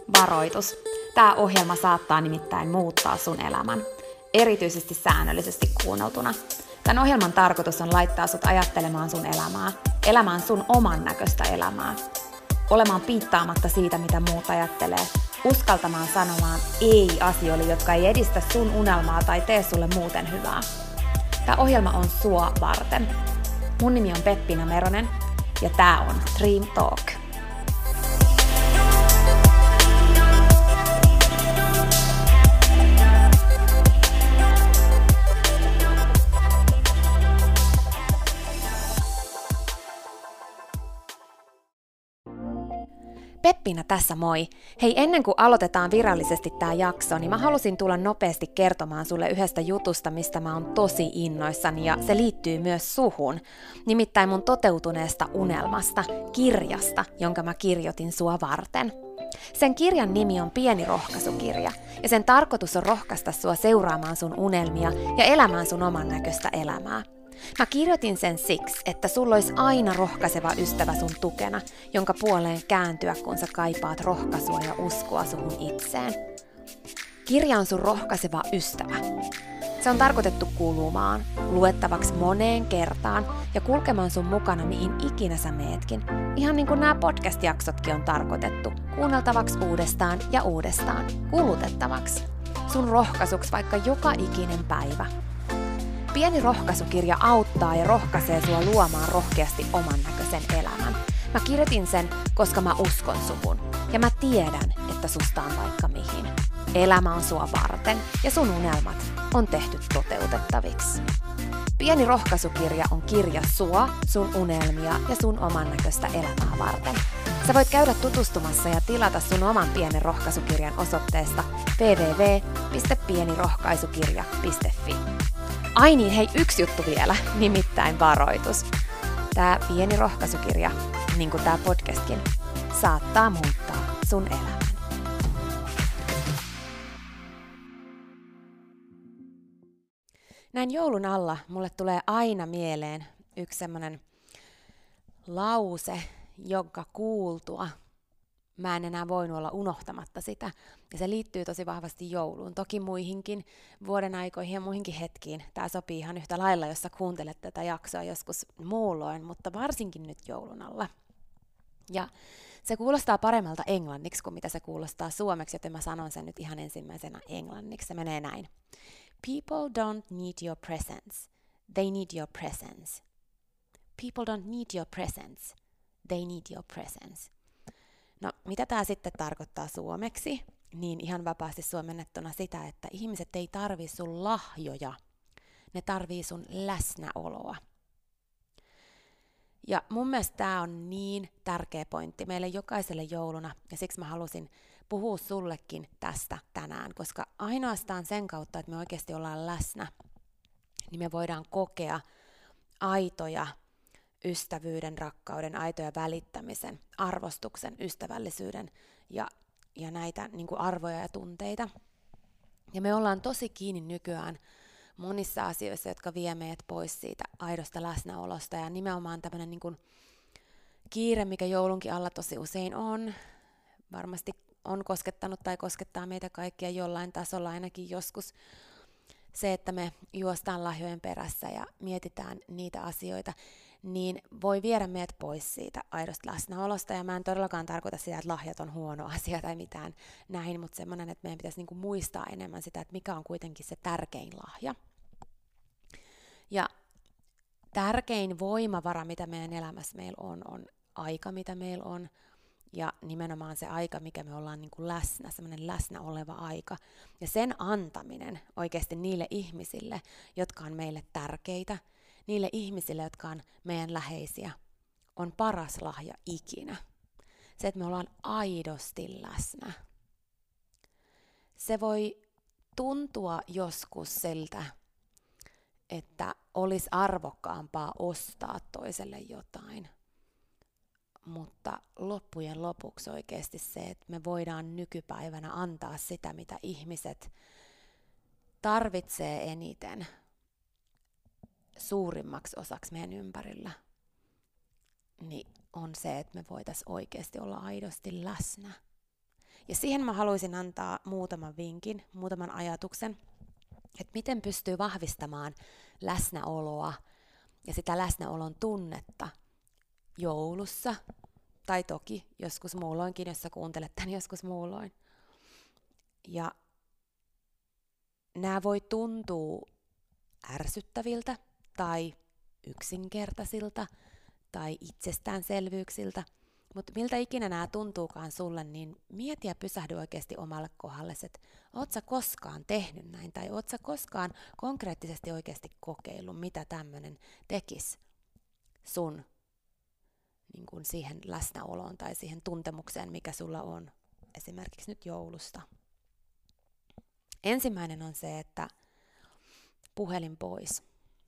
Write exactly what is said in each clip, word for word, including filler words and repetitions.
Varoitus. Tämä ohjelma saattaa nimittäin muuttaa sun elämän, erityisesti säännöllisesti kuunneltuna. Tämän ohjelman tarkoitus on laittaa sut ajattelemaan sun elämää, elämään sun oman näköistä elämää, olemaan piittaamatta siitä, mitä muut ajattelee, uskaltamaan sanomaan ei asioille, jotka ei edistä sun unelmaa tai tee sulle muuten hyvää. Tämä ohjelma on sua varten. Mun nimi on Peppina Meronen ja tää on Dream Talk. Peppina tässä moi! Hei, ennen kuin aloitetaan virallisesti tää jakso, niin mä halusin tulla nopeasti kertomaan sulle yhdestä jutusta, mistä mä oon tosi innoissani, ja se liittyy myös suhun. Nimittäin mun toteutuneesta unelmasta, kirjasta, jonka mä kirjoitin sua varten. Sen kirjan nimi on Pieni rohkaisukirja, ja sen tarkoitus on rohkaista sua seuraamaan sun unelmia ja elämään sun oman näköistä elämää. Mä kirjoitin sen siksi, että sulla olisi aina rohkaiseva ystävä sun tukena, jonka puoleen kääntyä, kun sä kaipaat rohkaisua ja uskoa suhun itseen. Kirja on sun rohkaiseva ystävä. Se on tarkoitettu kuulumaan, luettavaksi moneen kertaan ja kulkemaan sun mukana mihin ikinä sä meetkin. Ihan niin kuin nämä podcast-jaksotkin on tarkoitettu, kuunneltavaksi uudestaan ja uudestaan, kulutettavaksi. Sun rohkaisuksi vaikka joka ikinen päivä. Pieni rohkaisukirja auttaa ja rohkaisee sua luomaan rohkeasti oman näköisen elämän. Mä kirjoitin sen, koska mä uskon suhun. Ja mä tiedän, että susta on vaikka mihin. Elämä on sua varten ja sun unelmat on tehty toteutettaviksi. Pieni rohkaisukirja on kirja sua, sun unelmia ja sun oman näköistä elämää varten. Sä voit käydä tutustumassa ja tilata sun oman pienen rohkaisukirjan osoitteesta double-u double-u double-u piste pienirohkaisukirja piste fi. Ai niin, hei, yksi juttu vielä, nimittäin varoitus. Tää pieni rohkaisukirja, niin kuin tää podcastkin, saattaa muuttaa sun elämän. Näin joulun alla mulle tulee aina mieleen yksi semmonen lause, jonka kuultua mä en enää voinut olla unohtamatta sitä. Ja se liittyy tosi vahvasti jouluun. Toki muihinkin vuoden aikoihin ja muihinkin hetkiin. Tää sopii ihan yhtä lailla, jos sä kuuntelet tätä jaksoa joskus muulloin, mutta varsinkin nyt joulun alla. Ja se kuulostaa paremmalta englanniksi kuin mitä se kuulostaa suomeksi, joten mä sanon sen nyt ihan ensimmäisenä englanniksi. Se menee näin. People don't need your presence. They need your presence. People don't need your presence. They need your presence. No, mitä tämä sitten tarkoittaa suomeksi? Niin ihan vapaasti suomennettuna sitä, että ihmiset ei tarvii sun lahjoja, ne tarvii sun läsnäoloa. Ja mun mielestä tämä on niin tärkeä pointti meille jokaiselle jouluna, ja siksi mä halusin puhua sullekin tästä tänään, koska ainoastaan sen kautta, että me oikeasti ollaan läsnä, niin me voidaan kokea aitoja ystävyyden, rakkauden, aitoja välittämisen, arvostuksen, ystävällisyyden ja, ja näitä niin kuin arvoja ja tunteita. Ja me ollaan tosi kiinni nykyään monissa asioissa, jotka vie meidät pois siitä aidosta läsnäolosta. Ja nimenomaan tämmöinen niin kuin kiire, mikä joulunkin alla tosi usein on, varmasti on koskettanut tai koskettaa meitä kaikkia jollain tasolla ainakin joskus. Se, että me juostaan lahjojen perässä ja mietitään niitä asioita, niin voi viedä meidät pois siitä aidosta läsnäolosta. Ja mä en todellakaan tarkoita sitä, että lahjat on huono asia tai mitään näin, mutta semmoinen, että meidän pitäisi niinku muistaa enemmän sitä, että mikä on kuitenkin se tärkein lahja. Ja tärkein voimavara, mitä meidän elämässä meillä on, on aika, mitä meillä on. Ja nimenomaan se aika, mikä me ollaan niin kuin läsnä, semmoinen läsnä oleva aika. Ja sen antaminen oikeasti niille ihmisille, jotka on meille tärkeitä, niille ihmisille, jotka on meidän läheisiä, on paras lahja ikinä. Se, että me ollaan aidosti läsnä. Se voi tuntua joskus siltä, että olisi arvokkaampaa ostaa toiselle jotain. Mutta loppujen lopuksi oikeasti se, että me voidaan nykypäivänä antaa sitä, mitä ihmiset tarvitsee eniten suurimmaksi osaksi meidän ympärillä, niin on se, että me voitaisiin oikeasti olla aidosti läsnä. Ja siihen mä haluaisin antaa muutaman vinkin, muutaman ajatuksen, että miten pystyy vahvistamaan läsnäoloa ja sitä läsnäolon tunnetta joulussa, tai toki joskus muulloinkin, jos sä kuuntelet tämän joskus muulloin. Ja nämä voi tuntua ärsyttäviltä tai yksinkertaisilta tai itsestäänselvyyksiltä, mutta miltä ikinä nämä tuntuukaan sulle, niin mieti ja pysähdy oikeasti omalle kohdalle, että oot sä koskaan tehnyt näin tai oot sä koskaan konkreettisesti oikeasti kokeillut, mitä tämmöinen tekisi sun niin kuin siihen läsnäoloon tai siihen tuntemukseen, mikä sulla on esimerkiksi nyt joulusta. Ensimmäinen on se, että puhelin pois.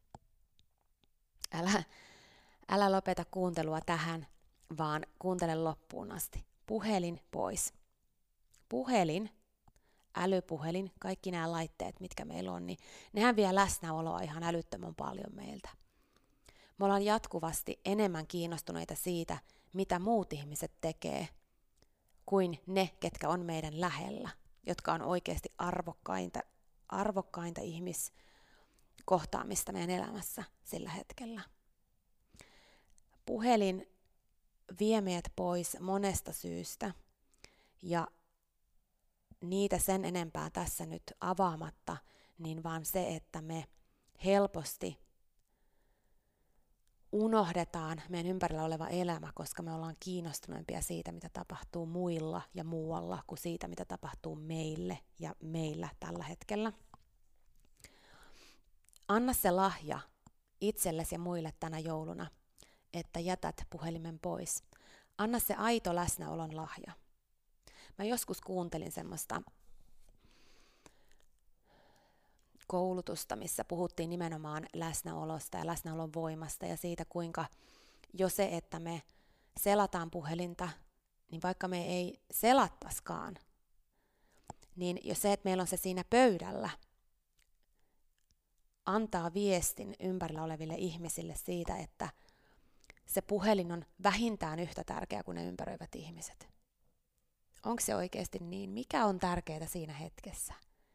Älä, älä lopeta kuuntelua tähän, vaan kuuntele loppuun asti. Puhelin pois. Puhelin, älypuhelin, kaikki nämä laitteet, mitkä meillä on, niin nehän vie läsnäoloa ihan älyttömän paljon meiltä. Me ollaan jatkuvasti enemmän kiinnostuneita siitä, mitä muut ihmiset tekee, kuin ne, ketkä on meidän lähellä, jotka on oikeasti arvokkainta, arvokkainta ihmiskohtaamista meidän elämässä sillä hetkellä. Puhelin vie meidät pois monesta syystä, ja niitä sen enempää tässä nyt avaamatta, niin vaan se, että me helposti unohdetaan meidän ympärillä oleva elämä, koska me ollaan kiinnostuneempia siitä, mitä tapahtuu muilla ja muualla, kuin siitä, mitä tapahtuu meille ja meillä tällä hetkellä. Anna se lahja itsellesi ja muille tänä jouluna, että jätät puhelimen pois. Anna se aito läsnäolon lahja. Mä joskus kuuntelin semmoista koulutusta, missä puhuttiin nimenomaan läsnäolosta ja läsnäolon voimasta ja siitä, kuinka jo se, että me selataan puhelinta, niin vaikka me ei selattaskaan, niin jo se, että meillä on se siinä pöydällä, antaa viestin ympärillä oleville ihmisille siitä, että se puhelin on vähintään yhtä tärkeä kuin ne ympäröivät ihmiset. Onko se oikeasti niin? Mikä on tärkeää siinä hetkessä?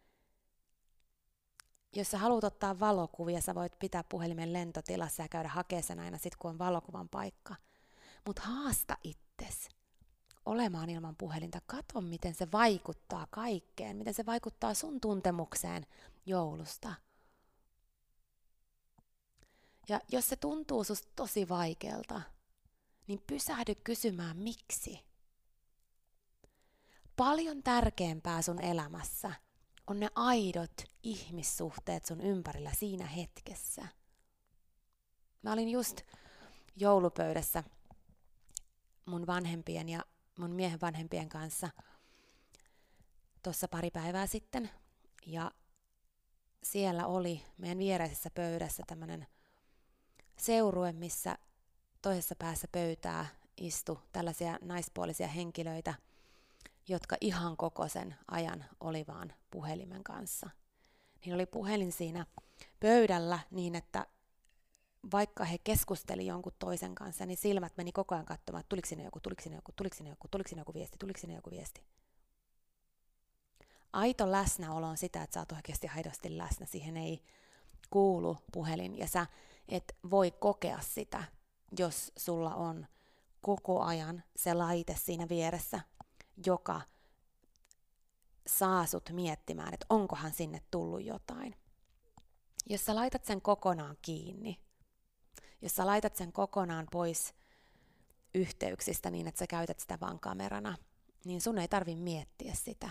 Jos sä haluat ottaa valokuvia, sä voit pitää puhelimen lentotilassa ja käydä hakemaan sen aina sit, kun on valokuvan paikka. Mutta haasta itses olemaan ilman puhelinta. Kato, miten se vaikuttaa kaikkeen, miten se vaikuttaa sun tuntemukseen joulusta. Ja jos se tuntuu susta tosi vaikealta, niin pysähdy kysymään miksi. Paljon tärkeämpää sun elämässä on ne aidot ihmissuhteet sun ympärillä siinä hetkessä. Mä olin just joulupöydässä mun vanhempien ja mun miehen vanhempien kanssa tuossa pari päivää sitten. Ja siellä oli meidän viereisessä pöydässä tämmönen seurue, missä toisessa päässä pöytää istui tällaisia naispuolisia henkilöitä, jotka ihan koko sen ajan oli vaan puhelimen kanssa. Niin oli puhelin siinä pöydällä niin, että vaikka he keskusteli jonkun toisen kanssa, niin silmät meni koko ajan katsomaan, että tuliko sinne joku, tuliko sinne joku, tuliko sinne joku, tuliko sinne joku viesti, tuliko sinne joku viesti. Aito läsnäolo on sitä, että sä oot oikeasti aidosti läsnä. Siihen ei kuulu puhelin ja sä et voi kokea sitä, jos sulla on koko ajan se laite siinä vieressä, joka saa sut miettimään, että onkohan sinne tullut jotain. Jos sä laitat sen kokonaan kiinni, jos sä laitat sen kokonaan pois yhteyksistä niin, että sä käytät sitä vaan kamerana, niin sun ei tarvi miettiä sitä.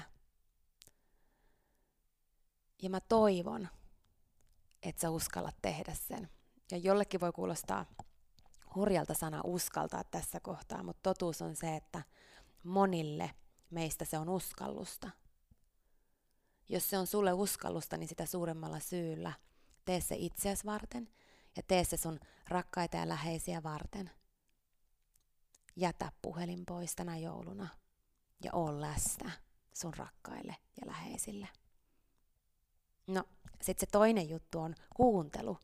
Ja mä toivon, että sä uskallat tehdä sen. Ja jollekin voi kuulostaa hurjalta sana uskaltaa tässä kohtaa, mutta totuus on se, että monille meistä se on uskallusta. Jos se on sulle uskallusta, niin sitä suuremmalla syyllä tee se itseäsi varten ja tee se sun rakkaita ja läheisiä varten. Jätä puhelin pois tänä jouluna ja oo läsnä sun rakkaille ja läheisille. No, sitten se toinen juttu on kuuntelu.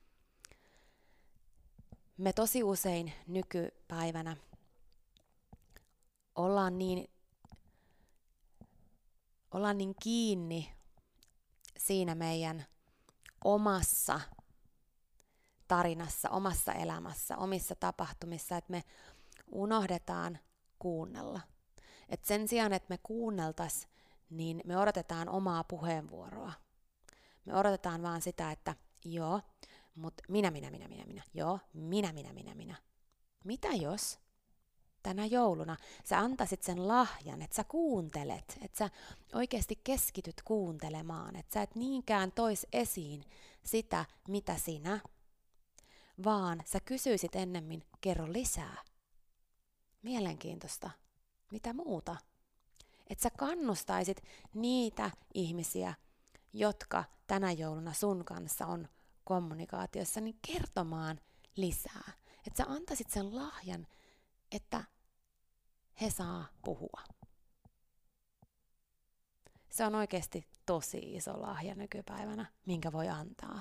Me tosi usein nykypäivänä ollaan niin ollaan niin kiinni siinä meidän omassa tarinassa, omassa elämässä, omissa tapahtumissa, että me unohdetaan kuunnella. Et sen sijaan, että me kuunneltaisiin, niin me odotetaan omaa puheenvuoroa. Me odotetaan vaan sitä, että joo, mutta minä, minä, minä, minä, minä, joo, minä, minä, minä, minä. Mitä jos tänä jouluna sä antaisit sen lahjan, että sä kuuntelet, että sä oikeasti keskityt kuuntelemaan, että sä et niinkään tois esiin sitä, mitä sinä, vaan sä kysyisit ennemmin, kerro lisää. Mielenkiintoista. Mitä muuta? Että sä kannustaisit niitä ihmisiä, jotka tänä jouluna sun kanssa on kommunikaatiossa, niin kertomaan lisää. Että sä antaisit sen lahjan, että he saa puhua. Se on oikeasti tosi iso lahja nykypäivänä, minkä voi antaa.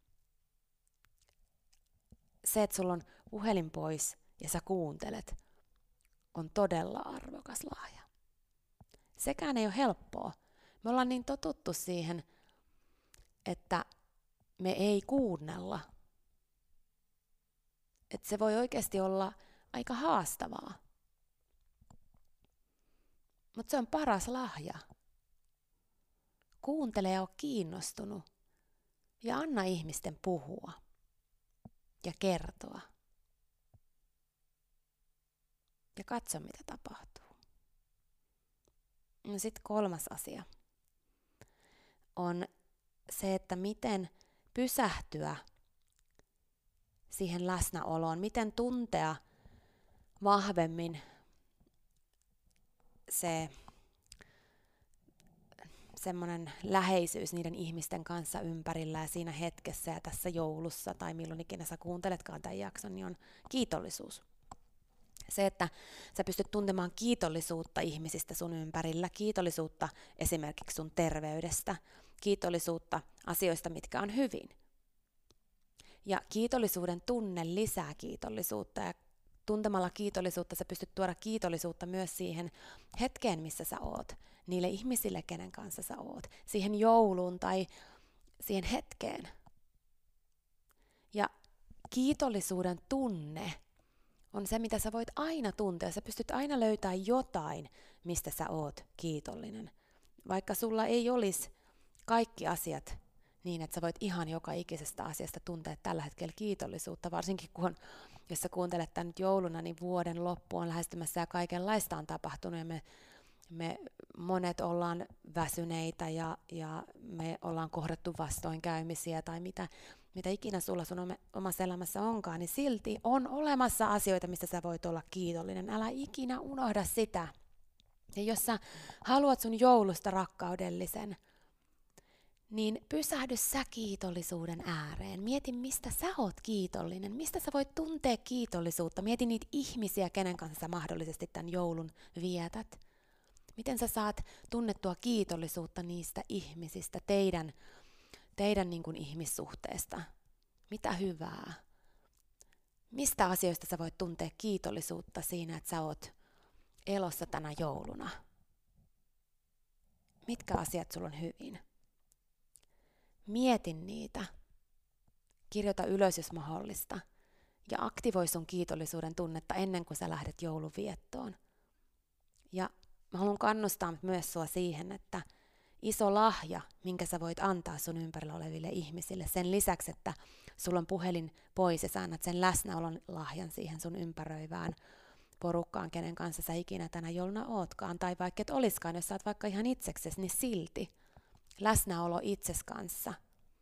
Se, että sulla on puhelin pois ja sä kuuntelet, on todella arvokas lahja. Sekään ei ole helppoa. Me ollaan niin totuttu siihen, että me ei kuunnella. Että se voi oikeasti olla aika haastavaa. Mutta se on paras lahja. Kuuntele ja ole kiinnostunut. Ja anna ihmisten puhua. Ja kertoa. Ja katso, mitä tapahtuu. No sitten kolmas asia on se, että miten pysähtyä siihen läsnäoloon, miten tuntea vahvemmin se semmoinen läheisyys niiden ihmisten kanssa ympärillä ja siinä hetkessä ja tässä joulussa tai milloin ikinä sä kuunteletkaan tämän jakson, niin on kiitollisuus. Se, että sä pystyt tuntemaan kiitollisuutta ihmisistä sun ympärillä, kiitollisuutta esimerkiksi sun terveydestä, kiitollisuutta asioista, mitkä on hyvin. Ja kiitollisuuden tunne lisää kiitollisuutta ja tuntemalla kiitollisuutta sä pystyt tuoda kiitollisuutta myös siihen hetkeen, missä sä oot, niille ihmisille, kenen kanssa sä oot, siihen jouluun tai siihen hetkeen. Ja kiitollisuuden tunne on se, mitä sä voit aina tuntea. Sä pystyt aina löytämään jotain, mistä sä oot kiitollinen. Vaikka sulla ei olisi kaikki asiat niin, että sä voit ihan joka ikisestä asiasta tuntea tällä hetkellä kiitollisuutta, varsinkin kun on, jos sä kuuntelet tämän nyt jouluna, niin vuoden loppu on lähestymässä ja kaikenlaista on tapahtunut ja me, me monet ollaan väsyneitä ja, ja me ollaan kohdattu vastoinkäymisiä tai mitä, mitä ikinä sulla sun omassa elämässä onkaan, niin silti on olemassa asioita, mistä sä voit olla kiitollinen. Älä ikinä unohda sitä. Ja jos sä haluat sun joulusta rakkaudellisen, niin pysähdy sä kiitollisuuden ääreen. Mieti, mistä sä oot kiitollinen, mistä sä voit tuntea kiitollisuutta. Mieti niitä ihmisiä, kenen kanssa sä mahdollisesti tämän joulun vietät. Miten sä saat tunnettua kiitollisuutta niistä ihmisistä, teidän, teidän niin kuin ihmissuhteesta. Mitä hyvää. Mistä asioista sä voit tuntea kiitollisuutta siinä, että sä oot elossa tänä jouluna? Mitkä asiat sulla on hyvin? Mieti niitä, kirjoita ylös jos mahdollista ja aktivoi sun kiitollisuuden tunnetta ennen kuin sä lähdet jouluviettoon. Ja mä haluan kannustaa myös sua siihen, että iso lahja, minkä sä voit antaa sun ympärillä oleville ihmisille, sen lisäksi, että sulla on puhelin pois ja sä annat sen läsnäolon lahjan siihen sun ympäröivään porukkaan, kenen kanssa sä ikinä tänä jouluna ootkaan, tai vaikka et oliskaan, jos sä oot vaikka ihan itseksesi, niin silti läsnäolo itses kanssa.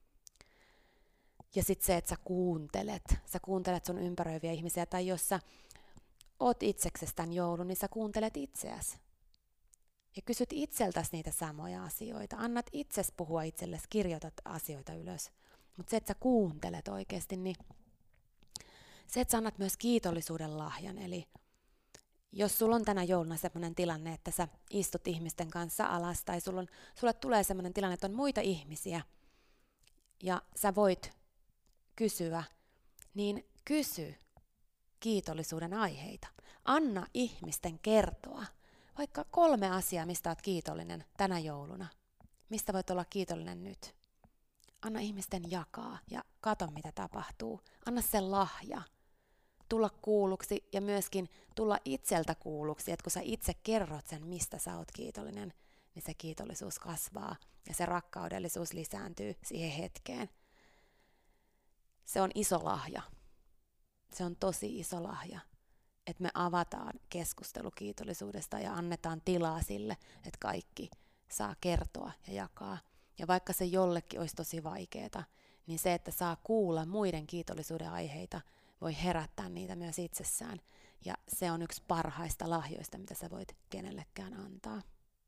Ja sitten se, että sä kuuntelet. Sä kuuntelet sun ympäröiviä ihmisiä. Tai jos sä oot itseksesi tämän joulun, niin sä kuuntelet itseäsi. Ja kysyt itseltäsi niitä samoja asioita. Annat itses puhua itsellesi, kirjoitat asioita ylös. Mutta se, että sä kuuntelet oikeasti, niin se, että sä annat myös kiitollisuuden lahjan. Eli jos sulla on tänä jouluna sellainen tilanne, että sä istut ihmisten kanssa alas, tai sulla on, sulle tulee sellainen tilanne, että on muita ihmisiä, ja sä voit kysyä, niin kysy kiitollisuuden aiheita. Anna ihmisten kertoa. vaikka kolme asiaa, mistä olet kiitollinen tänä jouluna. Mistä voit olla kiitollinen nyt? Anna ihmisten jakaa ja kato, mitä tapahtuu. Anna se lahja. Tulla kuulluksi ja myöskin tulla itseltä kuulluksi, että kun sä itse kerrot sen, mistä sä oot kiitollinen, niin se kiitollisuus kasvaa ja se rakkaudellisuus lisääntyy siihen hetkeen. Se on iso lahja. Se on tosi iso lahja, että me avataan keskustelu kiitollisuudesta ja annetaan tilaa sille, että kaikki saa kertoa ja jakaa. Ja vaikka se jollekin olisi tosi vaikeaa, niin se, että saa kuulla muiden kiitollisuuden aiheita, voi herättää niitä myös itsessään. Ja se on yksi parhaista lahjoista, mitä sä voit kenellekään antaa.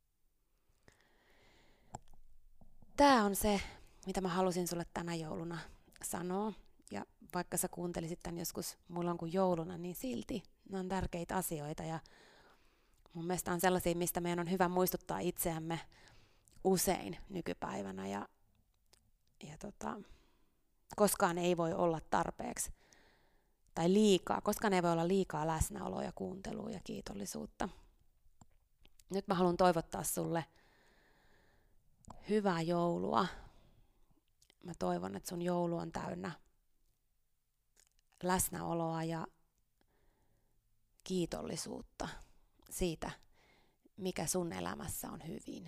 Tämä on se, mitä mä halusin sulle tänä jouluna sanoa. Ja vaikka sä kuuntelisit tämän joskus mulla kuin jouluna, niin silti ne on tärkeitä asioita. Ja mun mielestä on sellaisia, mistä meidän on hyvä muistuttaa itseämme usein nykypäivänä. Ja, ja tota, koskaan ei voi olla tarpeeksi tai liikaa. Koskaan ei voi olla liikaa läsnäoloa ja kuuntelua ja kiitollisuutta. Nyt mä haluan toivottaa sulle hyvää joulua. Mä toivon, että sun joulu on täynnä läsnäoloa ja kiitollisuutta siitä, mikä sun elämässä on hyvin.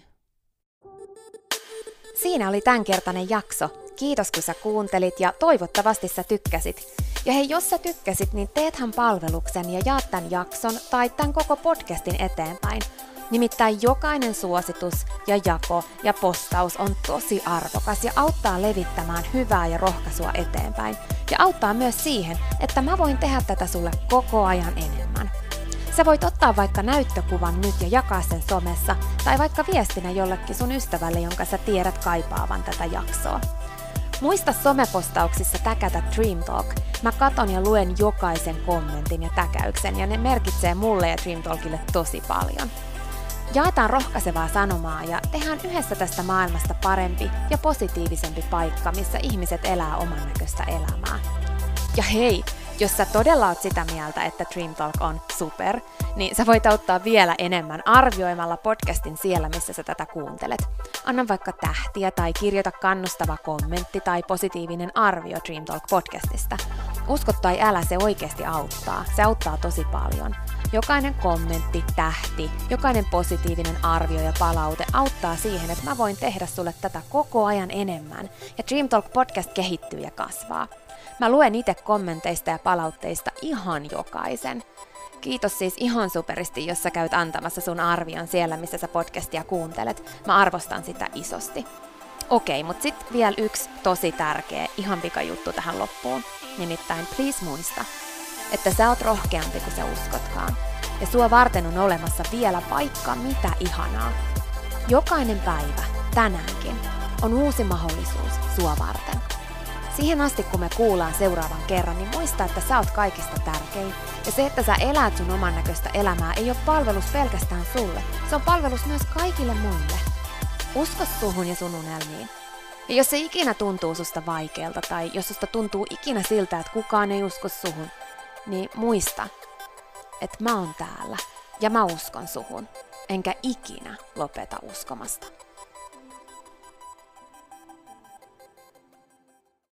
Siinä oli tämänkertainen jakso. Kiitos kun sä kuuntelit ja toivottavasti sä tykkäsit. Ja hei, jos sä tykkäsit, niin teethän palveluksen ja jaat tämän jakson tai tämän koko podcastin eteenpäin. Nimittäin jokainen suositus ja jako ja postaus on tosi arvokas ja auttaa levittämään hyvää ja rohkaisua eteenpäin. Ja auttaa myös siihen, että mä voin tehdä tätä sulle koko ajan enemmän. Sä voit ottaa vaikka näyttökuvan nyt ja jakaa sen somessa, tai vaikka viestinä jollekin sun ystävälle, jonka sä tiedät kaipaavan tätä jaksoa. Muista somepostauksissa täkätä Dream Talk. Mä katon ja luen jokaisen kommentin ja täkäyksen, ja ne merkitsee mulle ja Dream Talkille tosi paljon. Jaetaan rohkaisevaa sanomaa ja tehdään yhdessä tästä maailmasta parempi ja positiivisempi paikka, missä ihmiset elää oman näköistä elämää. Ja hei, jos sä todella oot sitä mieltä, että Dream Talk on super, niin sä voit auttaa vielä enemmän arvioimalla podcastin siellä, missä sä tätä kuuntelet. Anna vaikka tähtiä tai kirjoita kannustava kommentti tai positiivinen arvio Dream Talk podcastista. Usko tai älä, se oikeasti auttaa. Se auttaa tosi paljon. Jokainen kommentti, tähti, jokainen positiivinen arvio ja palaute auttaa siihen, että mä voin tehdä sulle tätä koko ajan enemmän. Ja Dream Talk podcast kehittyy ja kasvaa. Mä luen itse kommenteista ja palautteista ihan jokaisen. Kiitos siis ihan superisti, jos sä käyt antamassa sun arvion siellä, missä sä podcastia kuuntelet. Mä arvostan sitä isosti. Okei, mut sit vielä yksi tosi tärkeä, ihan pikajuttu tähän loppuun. Nimittäin please muista, että sä oot rohkeampi kuin sä uskotkaan. Ja sua varten on olemassa vielä vaikka mitä ihanaa. Jokainen päivä, tänäänkin, on uusi mahdollisuus sua varten. Siihen asti, kun me kuullaan seuraavan kerran, niin muista, että sä oot kaikista tärkein. Ja se, että sä elät sun oman näköistä elämää, ei ole palvelus pelkästään sulle. Se on palvelus myös kaikille muille. Usko suhun ja sun unelmiin. Ja jos se ikinä tuntuu susta vaikealta, tai jos susta tuntuu ikinä siltä, että kukaan ei usko suhun, niin muista, että mä oon täällä ja mä uskon suhun, enkä ikinä lopeta uskomasta.